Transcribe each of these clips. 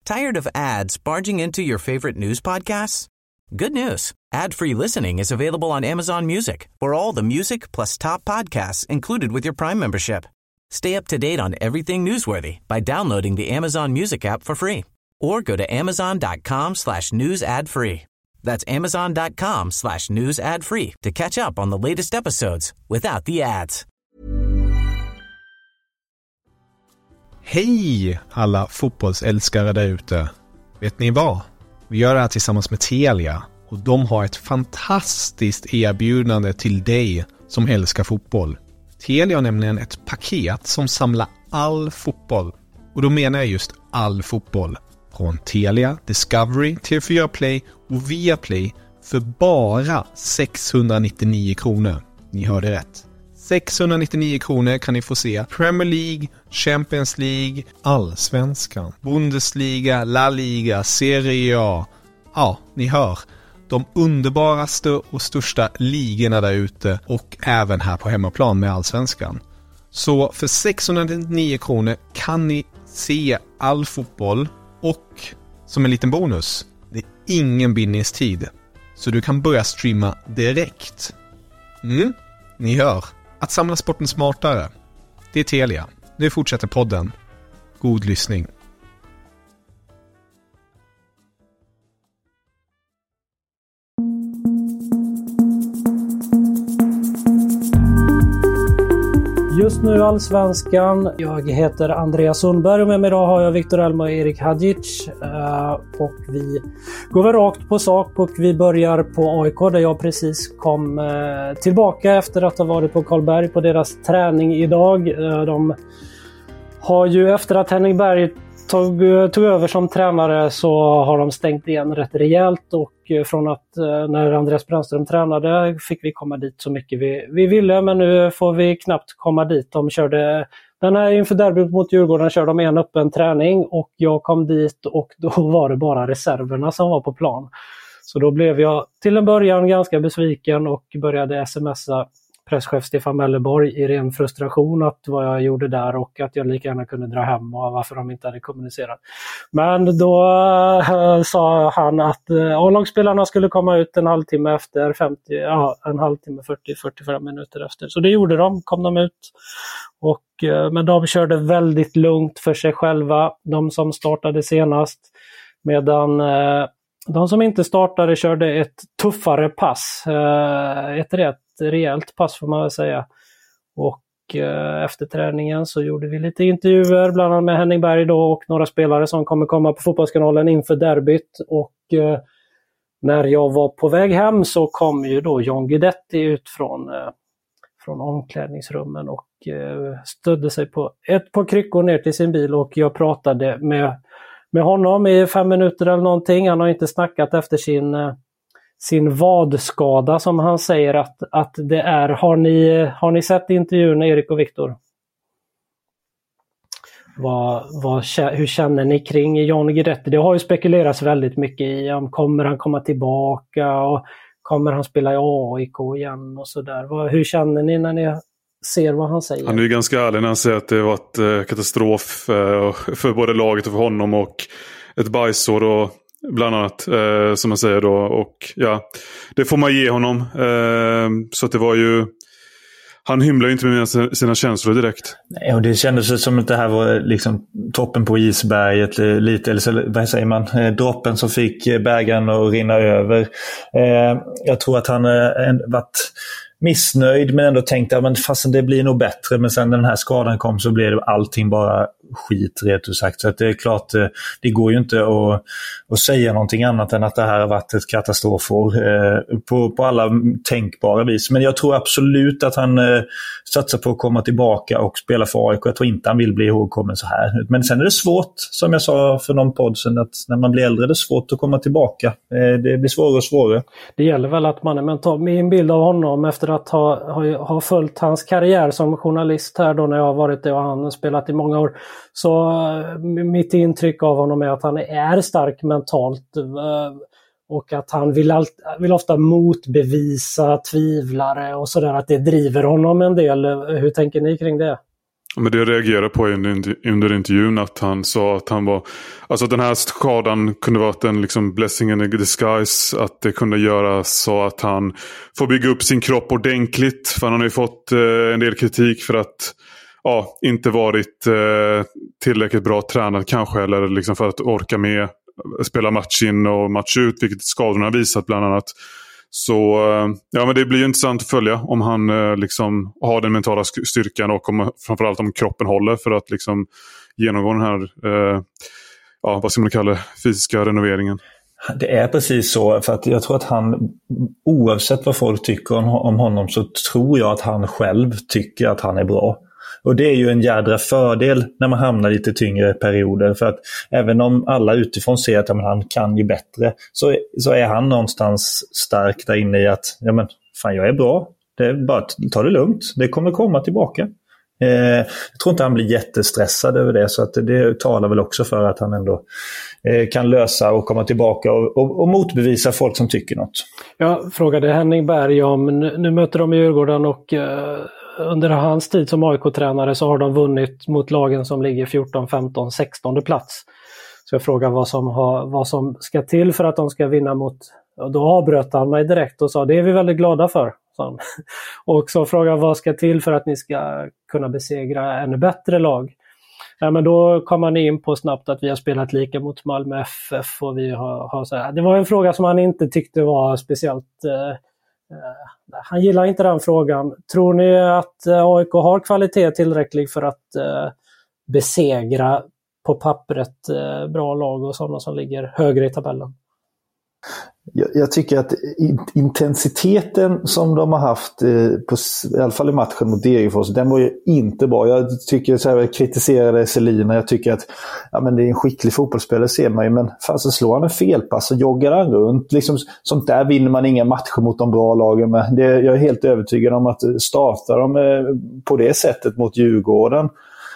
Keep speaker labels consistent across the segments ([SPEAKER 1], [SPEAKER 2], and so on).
[SPEAKER 1] Tired of ads barging into your favorite news podcasts? Good news. Ad-free listening is available on Amazon Music for all the music plus top podcasts included with your Prime membership. Stay up to date on everything newsworthy by downloading the Amazon Music app for free or go to amazon.com/news ad free. That's amazon.com/news ad free to catch up on the latest episodes without the ads.
[SPEAKER 2] Hej alla fotbollsälskare där ute. Vet ni vad? Vi gör det här tillsammans med Telia och de har ett fantastiskt erbjudande till dig som älskar fotboll. Telia har nämligen ett paket som samlar all fotboll. Och då menar jag just all fotboll. Från Telia, Discovery, TV4 Play och Viaplay för bara 699 kronor. Ni hörde rätt. 699 kronor kan ni få se Premier League, Champions League, Allsvenskan, Bundesliga, La Liga, Serie A. Ja, ni hör. De underbaraste och största ligorna där ute och även här på hemmaplan med Allsvenskan. Så för 699 kronor kan ni se all fotboll och som en liten bonus, det är ingen bindningstid. Så du kan börja streama direkt. Ni hör. Att samla sporten smartare. Det är Telia. Nu fortsätter podden. God lyssning.
[SPEAKER 3] Just nu Allsvenskan. Jag heter Andreas Sundberg och med mig idag har jag Victor Elm och Erik Hadjic. Och vi går väl rakt på sak och vi börjar på AIK där jag precis kom tillbaka efter att ha varit på Karlberg på deras träning idag. De har ju efter att Henning Berg tog över som tränare så har de stängt igen rätt rejält och från att när Andreas Brännström tränade fick vi komma dit så mycket vi ville, men nu får vi knappt komma dit. De körde den här inför derbyt mot Djurgården körde de en öppen träning och jag kom dit och då var det bara reserverna som var på plan. Så då blev jag till en början ganska besviken och började smsa presschef Stefan Melleborg i ren frustration att vad jag gjorde där och att jag lika gärna kunde dra hem och varför de inte hade kommunicerat. Men då sa han att A-lagsspelarna skulle komma ut en halvtimme efter 40-45 minuter efter. Så det gjorde de, kom de ut. Men de körde väldigt lugnt för sig själva, de som startade senast. Medan de som inte startade körde ett tuffare pass. Ett rejält pass får man väl säga. Och efter träningen så gjorde vi lite intervjuer bland annat med Henning Berg då och några spelare som kommer komma på Fotbollskanalen inför derbyt. Och när jag var på väg hem så kom ju då John Guidetti ut från omklädningsrummen och stödde sig på ett par kryckor ner till sin bil och jag pratade med honom i 5 minuter eller någonting. Han har inte snackat efter sin vadskada som han säger att det är. Har ni sett intervjun Erik och Viktor? Hur känner ni kring John Guidetti? Det har ju spekulerats väldigt mycket i om kommer han komma tillbaka och kommer han spela i AIK igen och sådär. Hur känner ni när ni ser vad han säger?
[SPEAKER 4] Han är ju ganska ärlig när han säger att det var ett katastrof för både laget och för honom och ett bajsår och bland annat som man säger då, och ja, det får man ge honom. Så att det var ju, han hymlar ju inte med sina känslor direkt.
[SPEAKER 5] Nej, och det kändes som att det här var liksom toppen på isberget lite, eller så, vad säger man, droppen som fick bägaren att rinna över. Jag tror att han varit missnöjd men ändå tänkte att fastän det blir nog bättre, men sen när den här skadan kom så blev det allting bara skit rätt och sagt. Så att det är klart, det går ju inte att säga någonting annat än att det här har varit ett katastrofår på alla tänkbara vis. Men jag tror absolut att han satsar på att komma tillbaka och spela för AIK. Jag tror inte han vill bli ihågkommen så här. Men sen är det svårt, som jag sa för någon podd sen, att när man blir äldre är det svårt att komma tillbaka. Det blir svårare och svårare. Det gäller väl att man är mental. Min bild av honom efter att ha följt hans karriär som journalist här då när jag har varit det och han har spelat i många år, så mitt intryck av honom är att han är stark mentalt och att han vill ofta motbevisa tvivlare och sådär, att det driver honom en del. Hur tänker ni kring det?
[SPEAKER 4] Men det jag reagerade på under intervjun att han sa att han var... Alltså den här skadan kunde vara en liksom blessing in disguise. Att det kunde göra så att han får bygga upp sin kropp ordentligt. För han har ju fått en del kritik för att inte varit tillräckligt bra tränad kanske. Eller liksom för att orka med spela match in och match ut. Vilket skadorna har visat bland annat. Så men det blir ju intressant att följa om han liksom har den mentala styrkan och framförallt om kroppen håller för att liksom genomgå den här vad ska man kalla det, fysiska renoveringen.
[SPEAKER 5] Det är precis så, för att jag tror att han, oavsett vad folk tycker om honom, så tror jag att han själv tycker att han är bra. Och det är ju en jädra fördel när man hamnar lite tyngre perioder, för att även om alla utifrån ser att han kan ju bättre, så är han någonstans stark där inne i att jag är bra, det är bara ta det lugnt, det kommer komma tillbaka. Jag tror inte han blir jättestressad över det, så att det talar väl också för att han ändå kan lösa och komma tillbaka och motbevisa folk som tycker något. Jag
[SPEAKER 3] frågade Henning Berg om, nu möter de Djurgården och under hans tid som AIK-tränare så har de vunnit mot lagen som ligger 14, 15, 16 plats. Så jag frågade vad som ska till för att de ska vinna mot... Och då avbröt han mig direkt och sa, det är vi väldigt glada för. Och så frågade jag, vad ska till för att ni ska kunna besegra ännu bättre lag? Ja, men då kom han in på snabbt att vi har spelat lika mot Malmö FF och vi har så här. Det var en fråga som han inte tyckte var speciellt... han gillar inte den frågan. Tror ni att AIK har kvalitet tillräcklig för att besegra på pappret bra lag och sådana som ligger högre i tabellen?
[SPEAKER 5] Jag tycker att intensiteten som de har haft i alla fall i matchen mot Degerfors, den var ju inte bra. Jag tycker så här, jag kritiserade Selina, jag tycker att det är en skicklig fotbollsspelare ser man ju, men så slår han en felpass och joggar han runt. Liksom, sånt där vinner man inga matcher mot de bra lagen med. Jag är helt övertygad om att startar de på det sättet mot Djurgården,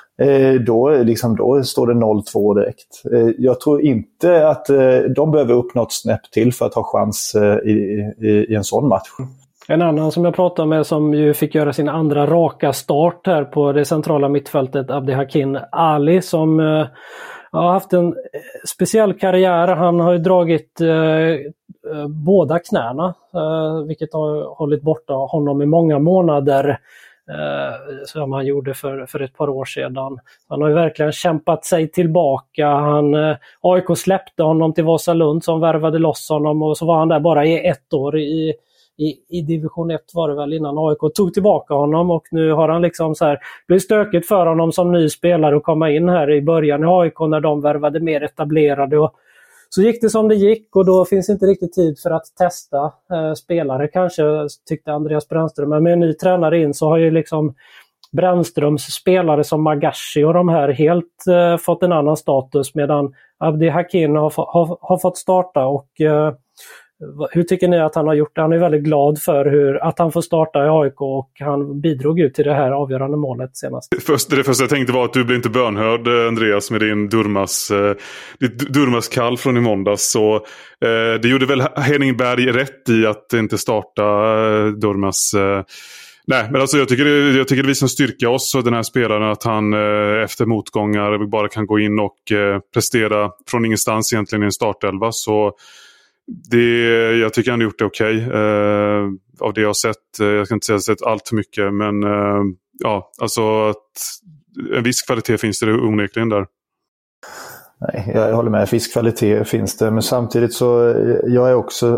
[SPEAKER 5] då står det 0-2 direkt. Jag tror inte att de behöver upp något snäpp till för att ha chans i en sån match.
[SPEAKER 3] En annan som jag pratade med som ju fick göra sin andra raka start här på det centrala mittfältet, Abdihakim Ali, som har haft en speciell karriär. Han har ju dragit båda knäna, vilket har hållit borta honom i många månader. Som han gjorde för ett par år sedan. Han har ju verkligen kämpat sig tillbaka. AIK släppte honom till Vasalund som värvade loss honom, och så var han där bara i ett år i division 1 var det väl, innan AIK tog tillbaka honom, och nu har han liksom så här, det är stökigt för honom som ny spelare att komma in här i början i AIK när de värvade mer etablerade, och så gick det som det gick, och då finns inte riktigt tid för att testa spelare kanske, tyckte Andreas Brännström. Men med en ny tränare in så har ju liksom Brännströms spelare som Magashi och de här helt fått en annan status, medan Abdihakim har fått starta. Och hur tycker ni att han har gjort det? Han är väldigt glad för att han får starta i AIK, och han bidrog ju till det här avgörande målet senast. Det
[SPEAKER 4] första jag tänkte var att du blev inte bönhörd, Andreas, med din Durmas-kall från i måndags. Så det gjorde väl Henning Berg rätt i att inte starta Durmas. Nej, men alltså jag tycker det visar en styrka oss och den här spelaren, att han efter motgångar bara kan gå in och prestera från ingenstans egentligen i en startelva. Så jag tycker han har gjort det okej. Av det jag har sett. Jag kan inte säga att jag har sett allt för mycket, men alltså att en viss kvalitet finns det onekligen där.
[SPEAKER 5] Nej, jag håller med. Viss kvalitet finns det, men samtidigt så jag är också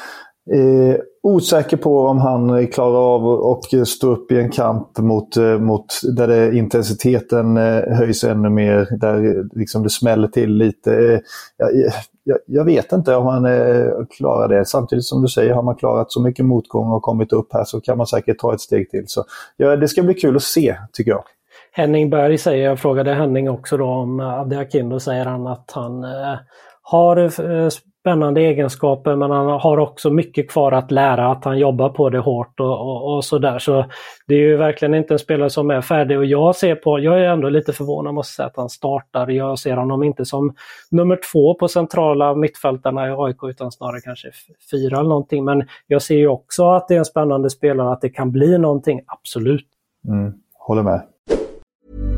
[SPEAKER 5] osäker på om han klarar av och stå upp i en kamp mot där intensiteten höjs ännu mer, där liksom det smäller till lite. Jag vet inte om han klarar det. Samtidigt som du säger, har man klarat så mycket motgång och kommit upp här, så kan man säkert ta ett steg till. Så det ska bli kul att se, tycker jag.
[SPEAKER 3] Henning Berg säger, jag frågade Henning också då om Abdihakim, då säger han att han har spännande egenskaper, men han har också mycket kvar att lära, att han jobbar på det hårt och sådär. Så det är ju verkligen inte en spelare som är färdig, och jag är ändå lite förvånad, måste säga, att han startar. Jag ser honom inte som nummer 2 på centrala mittfältarna i AIK, utan snarare kanske 4 eller någonting. Men jag ser ju också att det är en spännande spelare, att det kan bli någonting, absolut.
[SPEAKER 5] Håller med.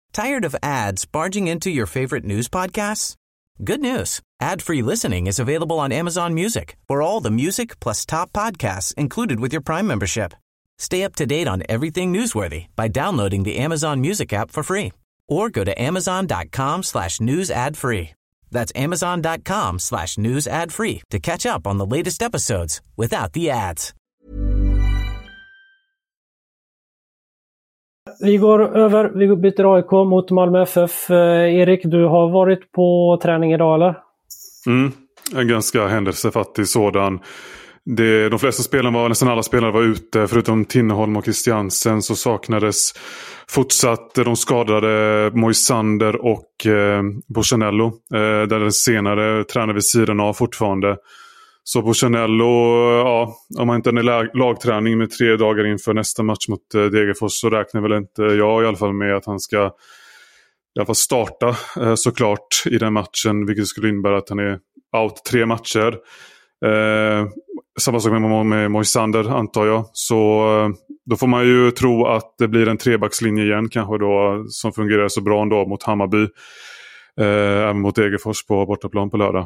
[SPEAKER 1] Tired of ads barging into your favorite news podcasts? Good news. Ad-free listening is available on Amazon Music for all the music plus top podcasts included with your Prime membership. Stay up to date on everything newsworthy by downloading the Amazon Music app for free or go to amazon.com/news ad free. That's amazon.com/news ad free to catch up on the latest episodes without the ads.
[SPEAKER 3] Vi byter AIK mot Malmö FF. Erik, du har varit på träning idag eller?
[SPEAKER 4] En ganska händelsefattig sådan. De flesta spelarna nästan alla spelare var ute, förutom Tinnerholm och Christiansen så saknades fortsatt de skadade Moisander och Borsanello. Där den senare tränar vid sidan av fortfarande. Så Borsanello, ja, om man inte är lagträning med 3 dagar inför nästa match mot Degerfors så räknar väl inte jag i alla fall med att han ska i alla fall starta såklart i den matchen, vilket skulle innebära att han är out 3 matcher. Samma sak med Moisander antar jag. Så då får man ju tro att det blir en 3-backslinje igen kanske då, som fungerar så bra ändå mot Hammarby. Även mot Degerfors på bortaplan på lördag.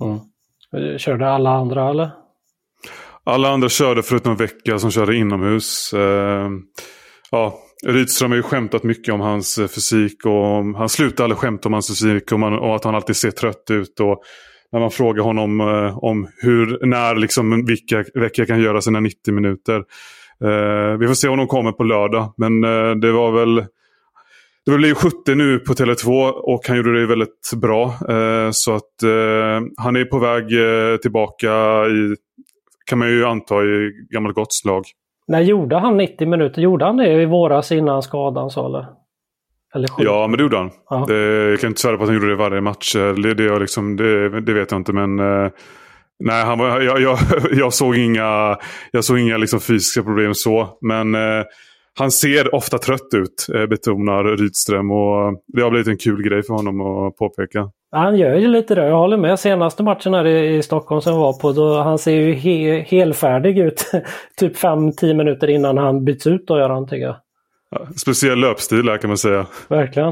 [SPEAKER 3] Körde alla andra eller? Alla
[SPEAKER 4] andra körde förutom Vecka som körde inomhus. Rydström har ju skämtat mycket om hans fysik och han slutar aldrig skämta om hans fysik och att han alltid ser trött ut. Och när man frågar honom om när liksom Vecka kan göra sina 90 minuter. Vi får se om de kommer på lördag, men det blir 70 nu på Tele2 och han gjorde det väldigt bra. Så att han är på väg tillbaka kan man ju anta i gammalt gott slag.
[SPEAKER 3] När gjorde han 90 minuter? Gjorde han det i våras innan skadan så eller?
[SPEAKER 4] Ja, men det gjorde han. Jag kan inte svära på att han gjorde det varje match. Det vet jag inte, men nej, jag såg inga liksom fysiska problem så, men han ser ofta trött ut, betonar Rydström, och det har blivit en kul grej för honom att påpeka.
[SPEAKER 3] Han gör ju lite det, jag håller med. Senaste matchen här i Stockholm som var på, då han ser ju helfärdig ut typ 5-10 minuter innan han byts ut, då gör han, tycker jag.
[SPEAKER 4] Ja, speciell löpstil där kan man säga.
[SPEAKER 3] Verkligen.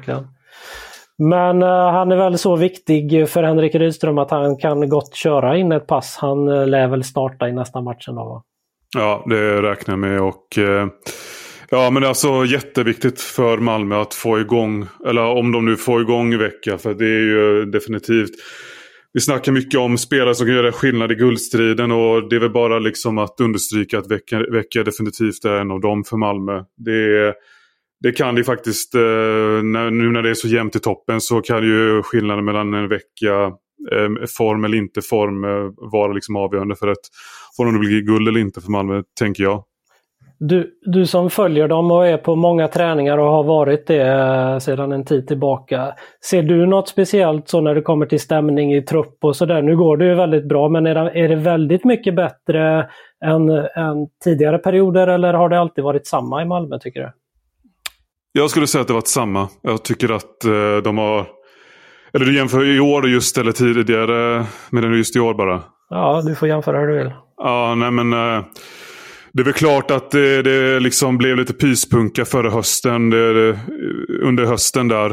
[SPEAKER 3] Men han är väl så viktig för Henrik Rydström att han kan gott köra in ett pass. Han lär väl starta i nästa matchen då, va? Ja,
[SPEAKER 4] det räknar jag med. Och ja, men det är alltså jätteviktigt för Malmö att få igång, eller om de nu får igång Vecka, för det är ju definitivt. Vi snackar mycket om spelare som kan göra skillnad i guldstriden, och det är väl bara liksom att understryka att Vecka definitivt är en av dem för Malmö. Det kan det faktiskt, nu när det är så jämnt i toppen, så kan ju skillnaden mellan en Vecka form eller inte form vara liksom avgörande för att får de bli guld eller inte för Malmö, tänker jag.
[SPEAKER 3] Du som följer dem och är på många träningar och har varit det sedan en tid tillbaka. Ser du något speciellt så när det kommer till stämning i trupp och sådär? Nu går det ju väldigt bra, men är det väldigt mycket bättre än tidigare perioder, eller har det alltid varit samma i Malmö, tycker du?
[SPEAKER 4] Jag skulle säga att det varit samma. Jag tycker att de har... Eller du jämför i år just eller tidigare, men det är just i år bara.
[SPEAKER 3] Ja, du får jämföra hur du vill.
[SPEAKER 4] Ja, nej men... Det är väl klart att det liksom blev lite pyspunka förra hösten. Under hösten där.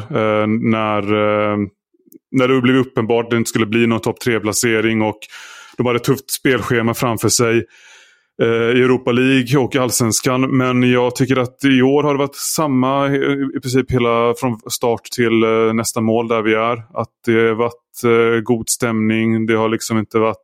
[SPEAKER 4] När det blev uppenbart att det inte skulle bli någon topp 3-placering. Och de hade ett tufft spelschema framför sig. I Europa League och Allsvenskan. Men jag tycker att i år har det varit samma i princip hela från start till nästa mål där vi är. Att det har varit god stämning. Det har liksom inte varit...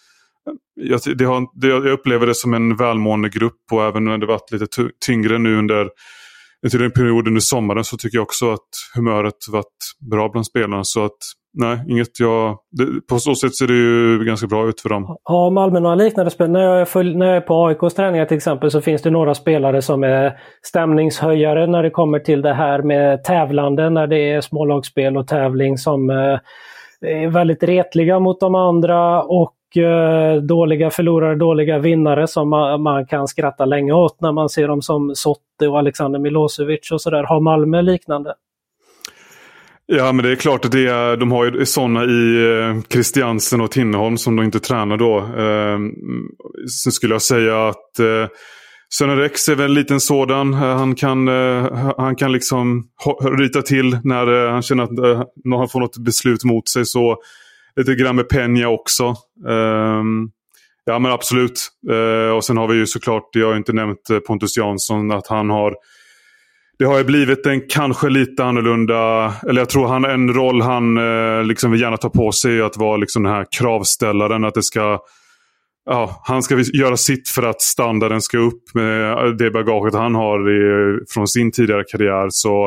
[SPEAKER 4] Jag upplever det som en välmående grupp, och även när det varit lite tyngre nu under en period under sommaren, så tycker jag också att humöret varit bra bland spelarna. Så att nej, på så sätt ser det ju ganska bra ut för dem.
[SPEAKER 3] Ja, Malmö har liknande spel. När jag är på AIKs träningar till exempel, så finns det några spelare som är stämningshöjare när det kommer till det här med tävlande, när det är smålagsspel och tävling, som är väldigt retliga mot de andra, och dåliga förlorare, dåliga vinnare som man kan skratta länge åt när man ser dem som Sotte och Alexander Milosevic och sådär. Har Malmö liknande?
[SPEAKER 4] Ja, men det är klart att de har ju sådana i Christiansen och Tinnerholm som de inte tränar då. Sen skulle jag säga att Sören Rex är väl en liten sådan. Han kan liksom ryta till när han känner att han får något beslut mot sig. Så lite grann med Peña också. Ja, men absolut. Och sen har vi ju såklart, jag har inte nämnt Pontus Jansson, att det har ju blivit en kanske lite annorlunda, eller jag tror en roll han liksom vill gärna ta på sig, att vara liksom den här kravställaren, att det ska, han ska göra sitt för att standarden ska upp med det bagaget han har från sin tidigare karriär. Så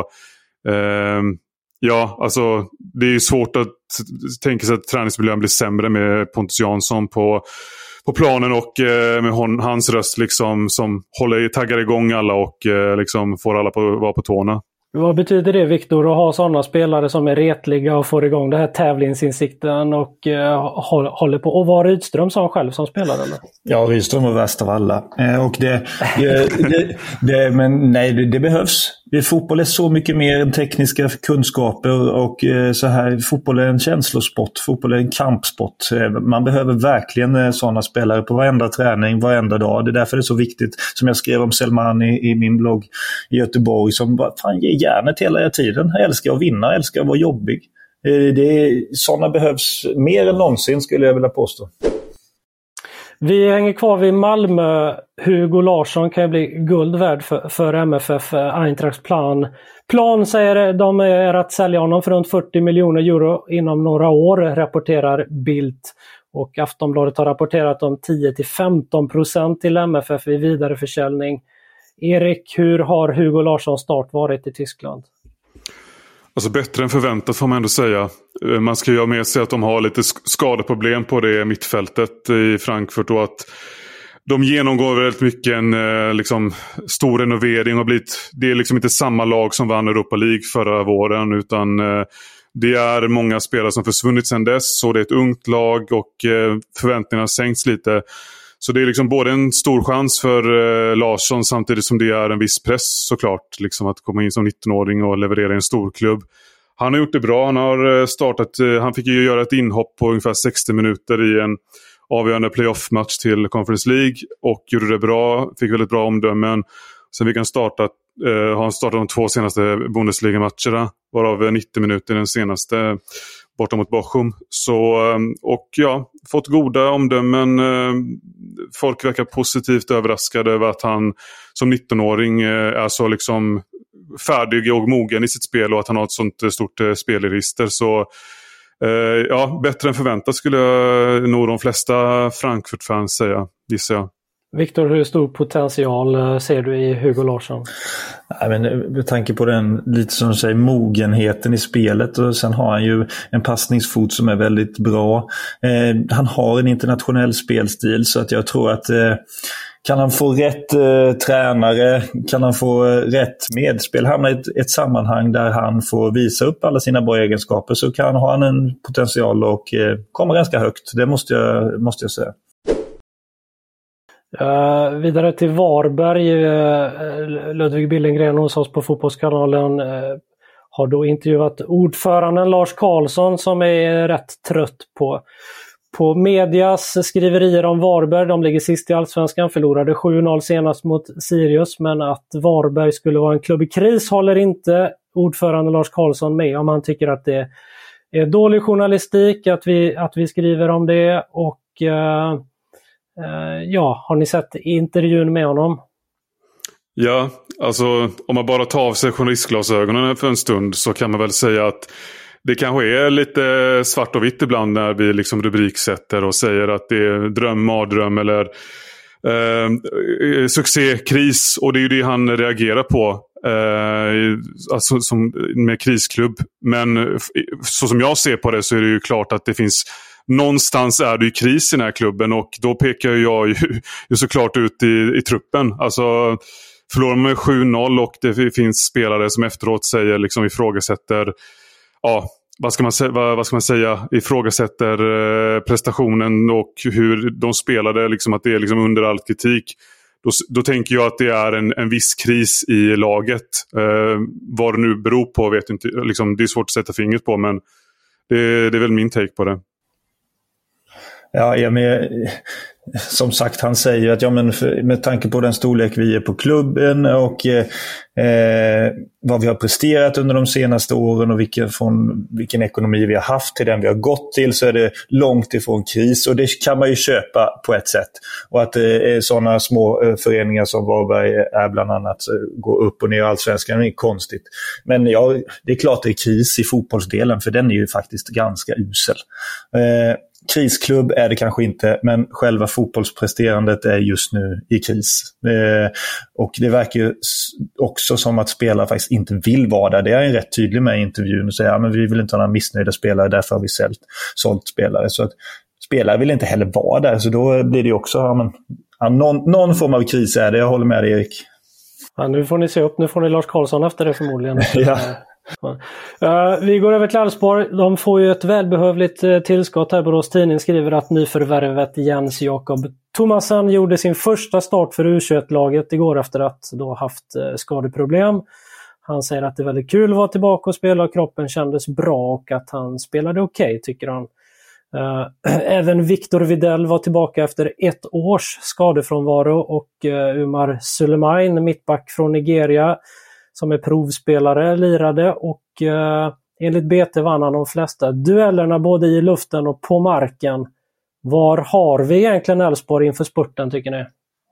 [SPEAKER 4] alltså det är ju svårt att tänka sig att träningsmiljön blir sämre med Pontus Jansson på planen och med hans röst liksom, som taggar igång alla och liksom får alla vara på tårna.
[SPEAKER 3] Vad betyder det, Viktor, att ha sådana spelare som är retliga och får igång det här tävlingsinsikten och håller på? Och var Rydström som själv som spelare, eller?
[SPEAKER 5] Ja, Rydström var värst av alla. Och men nej, det behövs. Fotboll är så mycket mer än tekniska kunskaper och så här, fotboll är en känslosport, fotboll är en kampsport. Man behöver verkligen sådana spelare på varenda träning, varenda dag. Det är därför det är så viktigt, som jag skrev om Selman i min blogg i Göteborg, som bara, fan, ge järnet hela tiden. Jag älskar att vinna, älskar att vara jobbig. Sådana behövs mer än någonsin, skulle jag vilja påstå.
[SPEAKER 3] Vi hänger kvar vid Malmö. Hugo Larsson kan ju bli guld värd för MFF. Eintrachts plan säger de är att sälja honom för runt 40 miljoner euro inom några år, rapporterar Bildt. Och Aftonbladet har rapporterat om 10-15% till MFF i vidareförsäljning. Erik, hur har Hugo Larssons start varit i Tyskland?
[SPEAKER 4] Alltså bättre än förväntat får man ändå säga. Man ska ju ha med sig att de har lite skadeproblem på det mittfältet i Frankfurt och att de genomgår väldigt mycket en liksom, stor renovering. Det är liksom inte samma lag som vann Europa League förra våren, utan det är många spelare som försvunnit sedan dess, så det är ett ungt lag och förväntningarna har sänkts lite. Så det är liksom både en stor chans för Larsson samtidigt som det är en viss press såklart, liksom att komma in som 19-åring och leverera i en stor klubb. Han har gjort det bra, han fick ju göra ett inhopp på ungefär 60 minuter i en avgörande playoff-match till Conference League och gjorde det bra, fick väldigt bra omdömen. Sen fick han startat de 2 senaste Bundesliga-matcherna, varav 90 minuter den senaste borta mot Bochum. Så, och ja, fått goda omdömen. Folk verkar positivt överraskade över att han som 19-åring är så liksom färdig och mogen i sitt spel och att han har ett sånt stort spelregister. Så bättre än förväntat skulle nog de flesta Frankfurt-fans säga, gissar jag.
[SPEAKER 3] Viktor, hur stor potential ser du i Hugo Larsson?
[SPEAKER 5] Nej, men med tanke på den lite som säger mogenheten i spelet, och sen har han ju en passningsfot som är väldigt bra. Han har en internationell spelstil, så att jag tror att kan han få rätt tränare, kan han få rätt medspel, hamna i ett sammanhang där han får visa upp alla sina bra egenskaper, så kan han en potential och komma ganska högt. Det måste jag säga.
[SPEAKER 3] Vidare till Varberg. Ludvig Billengren hos oss på Fotbollskanalen har då intervjuat ordföranden Lars Karlsson, som är rätt trött på medias skriverier om Varberg. De ligger sist i Allsvenskan, förlorade 7-0 senast mot Sirius, men att Varberg skulle vara en klubb i kris håller inte ordförande Lars Karlsson med om. Han tycker att det är dålig journalistik att vi skriver om det. Och har ni sett intervjun med honom?
[SPEAKER 4] Ja, alltså om man bara tar av sig journalistglasögonen för en stund så kan man väl säga att det kanske är lite svart och vitt ibland när vi liksom rubriksätter och säger att det är dröm, mardröm eller succékris, och det är ju det han reagerar på alltså som med krisklubb. Men så som jag ser på det så är det ju klart att det finns någonstans är det ju kris i den här klubben, och då pekar jag ju såklart ut i truppen. Alltså förlorar man med 7-0 och det finns spelare som efteråt säger liksom ifrågasätter vad ska man säga ifrågasätter prestationen och hur de spelade, liksom att det är liksom under all kritik. Då tänker jag att det är en viss kris i laget. Vad det nu beror på vet inte, liksom, det är svårt att sätta fingret på, men det är väl min take på det.
[SPEAKER 5] Ja, men som sagt, han säger att med tanke på den storlek vi är på klubben och vad vi har presterat under de senaste åren och vilken ekonomi vi har haft till den vi har gått till, så är det långt ifrån kris, och det kan man ju köpa på ett sätt. Och att sådana små föreningar som Varberg är bland annat går upp och ner i Allsvenskan är konstigt. Men ja, det är klart det är kris i fotbollsdelen, för den är ju faktiskt ganska usel. Krisklubb är det kanske inte, men själva fotbollspresterandet är just nu i kris. Och det verkar ju också som att spelare faktiskt inte vill vara där. Det är en rätt tydlig med i intervjun och säga men vi vill inte ha några missnöjda spelare, därför har vi sålt spelare. Så att spelare vill inte heller vara där, så då blir det ju också någon form av kris är det. Jag håller med dig, Erik.
[SPEAKER 3] Ja, nu får ni se upp, nu får ni Lars Karlsson efter det förmodligen.
[SPEAKER 5] Ja.
[SPEAKER 3] Vi går över till Elfsborg. De får ju ett välbehövligt tillskott här. Borås Tidning skriver att nyförvärvet Jens Jakob Thomasen gjorde sin första start för U21-laget igår efter att då haft skadeproblem. Han säger att det är väldigt kul att vara tillbaka och spela. Kroppen kändes bra och att han spelade okej, tycker han. Även Victor Videll var tillbaka efter 1 års skadefrånvaro, och Umar Suleiman, mittback från Nigeria som är provspelare, lirade, och enligt BT vann han de flesta duellerna både i luften och på marken. Var har vi egentligen Elfsborg inför spurten, tycker ni?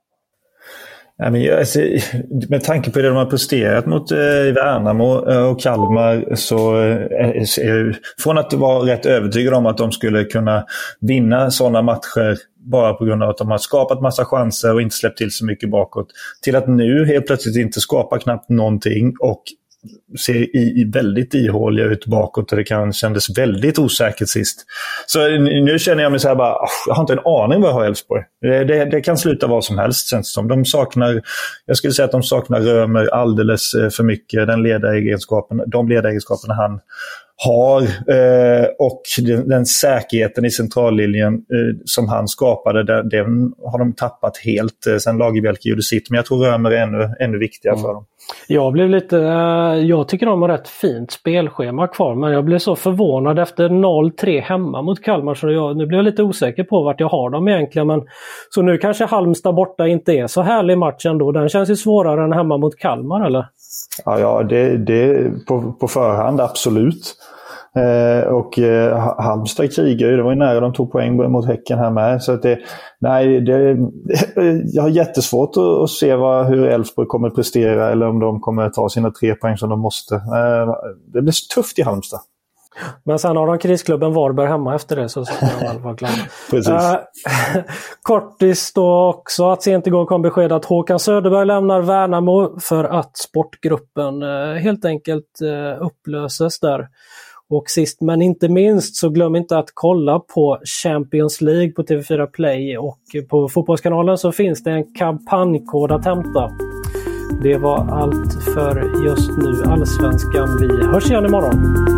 [SPEAKER 5] Med tanke på det de har presterat mot Värnamo och Kalmar, så från att vara rätt övertygad om att de skulle kunna vinna sådana matcher bara på grund av att de har skapat massa chanser och inte släppt till så mycket bakåt, till att nu helt plötsligt inte skapa knappt någonting och ser väldigt ihåliga ut bakåt, och det kändes väldigt osäkert sist. Så nu känner jag mig så här bara, jag har inte en aning vad jag har i Elfsborg. Det kan sluta vad som helst, känns som. Jag skulle säga att de saknar Römer alldeles för mycket, de ledaregenskaperna han har, och den säkerheten i centrallinjen som han skapade, den har de tappat helt sen Lagerbielke gjorde sitt. Men jag tror Römer är ännu viktigare för dem.
[SPEAKER 3] Jag tycker de har rätt fint spelschema kvar, men jag blev så förvånad efter 0-3 hemma mot Kalmar, så nu blir jag lite osäker på vart jag har dem egentligen. Men så nu kanske Halmstad borta inte är så härlig matchen då. Den känns ju svårare än hemma mot Kalmar, eller?
[SPEAKER 5] Ja, det på förhand absolut. Och Halmstad krigar ju, det var ju nära de tog poäng mot Häcken här med, så att jag har jättesvårt att se hur Elfsborg kommer att prestera, eller om de kommer att ta sina 3 poäng som de måste. Det blir tufft i Halmstad.
[SPEAKER 3] Men sen har de krisklubben Varberg hemma efter det, så ska jag vara glad.
[SPEAKER 5] Precis.
[SPEAKER 3] Kortis då också att sent igår kom besked att Håkan Söderberg lämnar Värnamo för att sportgruppen helt enkelt upplöses där. Och sist men inte minst, så glöm inte att kolla på Champions League på TV4 Play, och på Fotbollskanalen så finns det en kampanjkod att hämta. Det var allt för just nu, Allsvenskan. Vi hörs igen imorgon.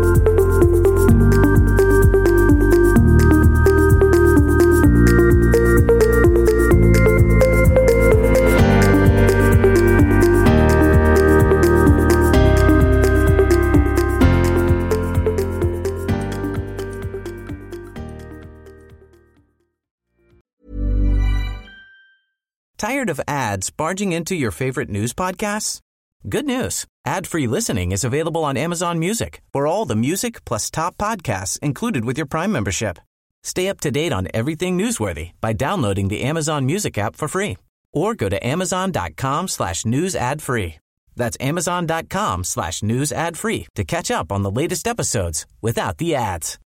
[SPEAKER 1] Tired of ads barging into your favorite news podcasts? Good news. Ad-free listening is available on Amazon Music for all the music plus top podcasts included with your Prime membership. Stay up to date on everything newsworthy by downloading the Amazon Music app for free, or go to amazon.com/news ad free. That's amazon.com/news ad free to catch up on the latest episodes without the ads.